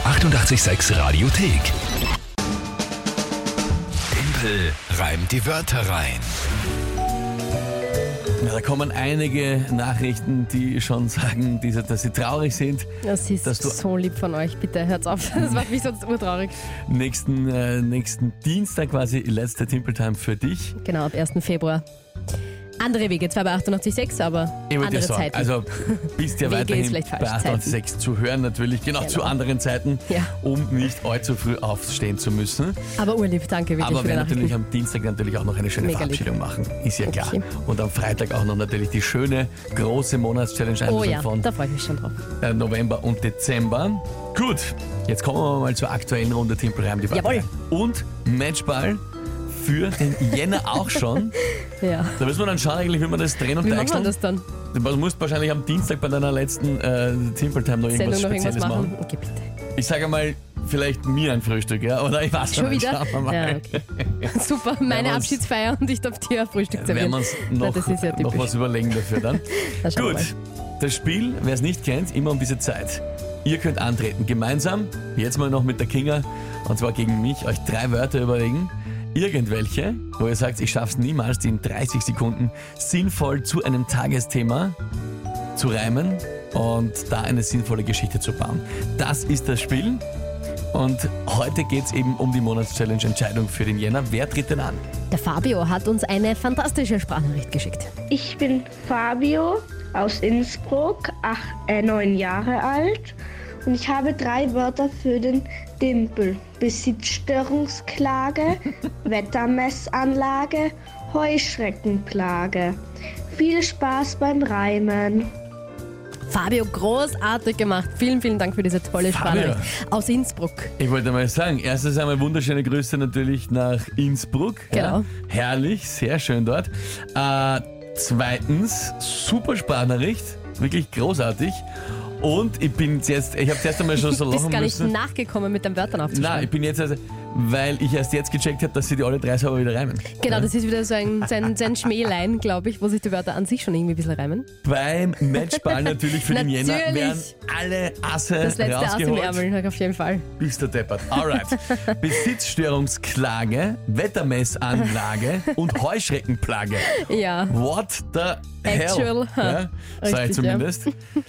886 Radiothek. Tempel reimt die Wörter rein. Ja, da kommen einige Nachrichten, die schon sagen, dass sie traurig sind. Das ist so lieb von euch, bitte hört's auf. Das macht mich sonst urtraurig. Nächsten Dienstag quasi letzte Timpeltime für dich. Genau, ab 1. Februar. Andere Wege, zwar bei 88,6, aber andere Zeiten. Also bist ja Wege weiterhin ist vielleicht falsch, bei 88,6 zu hören, natürlich, genau zu anderen Zeiten, Ja. um nicht allzu früh aufstehen zu müssen. Aber urlieb, danke wirklich Aber für die wir natürlich Nachrichten. am Dienstag natürlich auch noch eine schöne Mega lieb. Verabschiedung machen, ist ja klar. Okay. Und am Freitag auch noch natürlich die schöne, große Monatschallenge Oh ja, von da freue ich mich schon drauf. November und Dezember. Gut, jetzt kommen wir mal zur aktuellen Runde Timpelreim die Wörter Jawohl. rein. Und Matchball für den Jänner auch schon. Ja. Da müssen wir dann schauen, eigentlich, wie wir das drehen und Wie machen wir deichseln. das dann? Du musst wahrscheinlich am Dienstag bei deiner letzten Timpeltime noch irgendwas Sendung noch Spezielles irgendwas machen. machen? Okay, bitte. Ich sage mal, vielleicht mir ein Frühstück, ja? Oder ich weiß Schon nicht, wieder? schauen wir mal. Ja, okay. Super, meine Abschiedsfeier und ich darf dir ein Frühstück Werden servieren. wir uns Na, noch, das ist ja noch typisch. was überlegen dafür dann. Na, schauen wir Gut, das Spiel, wer es nicht kennt, immer um diese Zeit. Ihr könnt antreten, gemeinsam, jetzt mal noch mit der Kinga, und zwar gegen mich, euch 3 Wörter überlegen. Irgendwelche, wo ihr sagt, ich schaff's niemals, die in 30 Sekunden sinnvoll zu einem Tagesthema zu reimen und da eine sinnvolle Geschichte zu bauen. Das ist das Spiel. Und heute geht's eben um die Monatschallenge-Entscheidung für den Jänner. Wer tritt denn an? Der Fabio hat uns eine fantastische Sprachnachricht geschickt. Ich bin Fabio aus Innsbruck, 9 Jahre alt, und ich habe 3 Wörter für den Dimpel. Besitzstörungsklage, Wettermessanlage, Heuschreckenplage. Viel Spaß beim Reimen. Fabio, großartig gemacht. Vielen, vielen Dank für diese tolle Fabio. Sprachnachricht aus Innsbruck. Ich wollte mal sagen, erstens einmal wunderschöne Grüße natürlich nach Innsbruck. Genau. Ja, herrlich, sehr schön dort. Zweitens, super Sprachnachricht, wirklich großartig. Und ich habe zuerst einmal schon so Du bist lachen gar nicht müssen. nachgekommen, mit den Wörtern Nein, aufzuschreiben. ich bin jetzt, weil ich erst jetzt gecheckt habe, dass sie die alle 3 sauber wieder reimen. Genau, das ist wieder so ein Schmählein, glaube ich, wo sich die Wörter an sich schon irgendwie ein bisschen reimen. Beim Matchball natürlich für den Jänner Natürlich. werden alle Asse Das letzte Ass im rausgeholt. Ärmel, auf jeden Fall. Bist du deppert. Alright. Besitzstörungsklage, Wettermessanlage und Heuschreckenplage. Ja, What the Actual, hell? Ja, sei richtig, zumindest.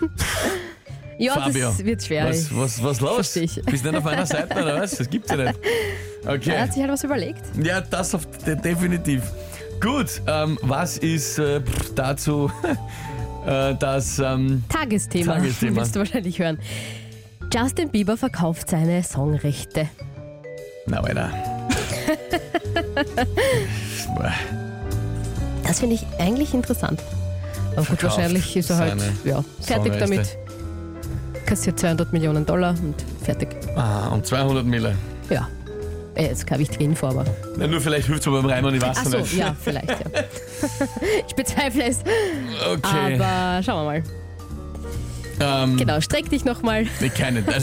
ja, Fabio, das wird schwer. was los? Versteh ich. Bist du nicht auf meiner Seite oder was? Das gibt's ja nicht. Er Okay. hat sich halt was überlegt. Ja, das definitiv. Gut, was ist dazu das Tagesthema, Tagesthema. willst du wahrscheinlich hören. Justin Bieber verkauft seine Songrechte. Na weiter. Das finde ich eigentlich interessant. Aber gut, Verkauft wahrscheinlich ist er halt seine fertig Songrechte. damit. Kassiert $200 Millionen und fertig. Und 200 Mille. Ja. Ist keine wichtige Info, aber. Na, nur vielleicht hilft es mir beim Reimen, ich weiß Ach es so, nicht. ja, vielleicht, ja. Ich bezweifle es. Okay. Aber schauen wir mal. Genau, streck dich nochmal. Ich keine. Also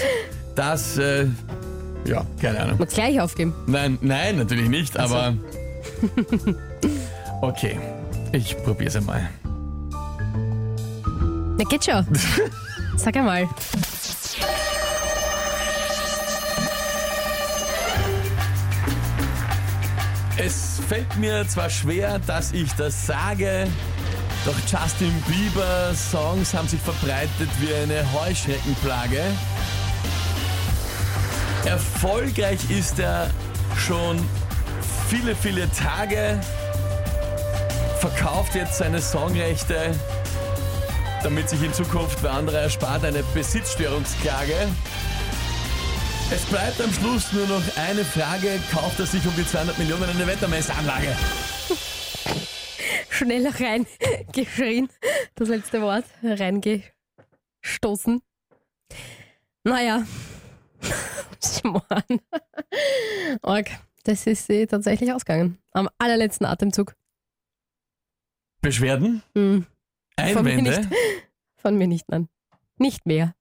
ja, keine Ahnung. Mal gleich aufgeben. Nein, natürlich nicht, aber okay, ich probier's einmal. Na, geht schon. Sag einmal. Es fällt mir zwar schwer, dass ich das sage, doch Justin Bieber Songs haben sich verbreitet wie eine Heuschreckenplage. Erfolgreich ist er schon viele, viele Tage, verkauft jetzt seine Songrechte, damit sich in Zukunft wer andere erspart eine Besitzstörungsklage. Es bleibt am Schluss nur noch eine Frage, kauft er sich um die 200 Millionen eine Wettermessanlage? Schnell reingeschrien. Das letzte Wort. Reingestoßen. Naja. Schmarrn. Org. Das ist sie tatsächlich ausgegangen. Am allerletzten Atemzug. Beschwerden? Von mir Einwände? nicht. Von mir nicht, nein. Nicht mehr.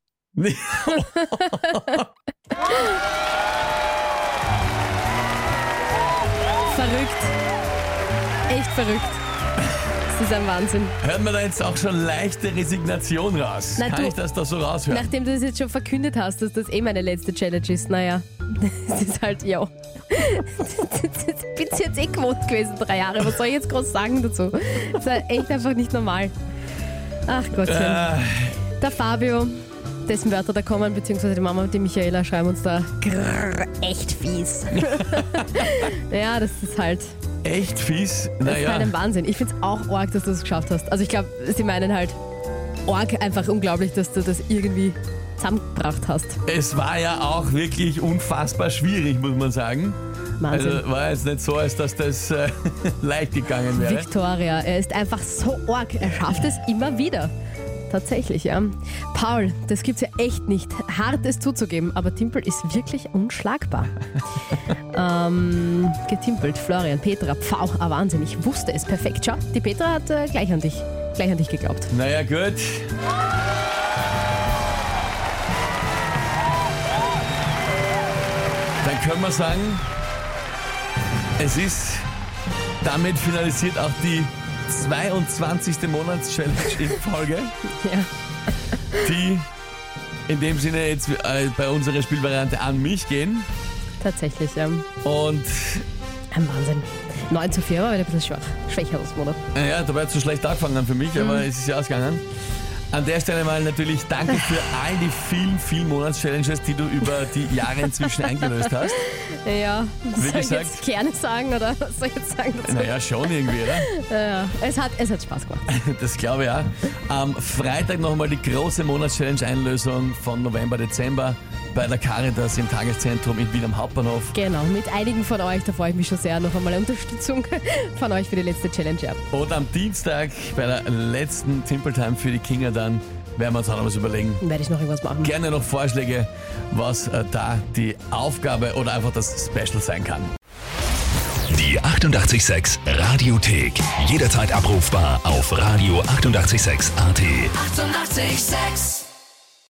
Verrückt. Echt verrückt. ist ein Wahnsinn. Hört man da jetzt auch schon leichte Resignation raus? Na, Kann du- ich das da so raushören? Nachdem du das jetzt schon verkündet hast, dass das meine letzte Challenge ist, naja, das ist halt, ja. Ich bin jetzt gewohnt gewesen, 3 Jahre. Was soll ich jetzt groß sagen dazu? Das ist echt einfach nicht normal. Ach Gottchen. Der Fabio, dessen Wörter da kommen, beziehungsweise die Mama und die Michaela schreiben uns da echt fies. Ja, das ist halt Echt fies? das ist halt Naja, ein Wahnsinn. Ich finde es auch arg, dass du es geschafft hast. Also ich glaube, sie meinen halt arg einfach unglaublich, dass du das irgendwie zusammengebracht hast. es war ja auch wirklich unfassbar schwierig, muss man sagen. Wahnsinn. Also war jetzt nicht so, als dass das leicht gegangen wäre. Victoria, er ist einfach so arg. Er schafft es immer wieder. Tatsächlich, ja. Paul, das gibt's ja echt nicht. Hart es zuzugeben, aber Timpel ist wirklich unschlagbar. Getimpelt, Florian, Petra, Pfau, Wahnsinn. Ich wusste es perfekt. Schau, die Petra hat gleich an dich geglaubt. Naja, gut. Dann können wir sagen, es ist damit finalisiert auch die 22. Monatschallenge in Folge, Ja. die in dem Sinne jetzt bei unserer Spielvariante an mich gehen. Tatsächlich, ja. Und Ein Wahnsinn. 9:4 war wieder ein bisschen schwächer das Monat. ja, da war jetzt so schlecht angefangen für mich, aber es ist ja ausgegangen. An der Stelle mal natürlich danke für all die vielen Monatschallenges, die du über die Jahre inzwischen eingelöst hast. Ja, Wie soll ich gesagt- jetzt gerne sagen oder was soll ich jetzt sagen dazu? Naja, schon irgendwie, oder? Ja, es hat Spaß gemacht. Das glaube ich auch. Am Freitag nochmal die große Monatschallenge-Einlösung von November, Dezember bei der Caritas im Tageszentrum in Wien am Hauptbahnhof. Genau, mit einigen von euch, da freue ich mich schon sehr, noch einmal Unterstützung von euch für die letzte Challenge. Ja. Und am Dienstag bei der letzten Timple Time für die Kinder dann werden wir uns auch noch was überlegen. Dann werde ich noch irgendwas machen. Gerne noch Vorschläge, was da die Aufgabe oder einfach das Special sein kann. Die 88,6 Radiothek. Jederzeit abrufbar auf radio886.at. 88,6. Eighty-eight, sex.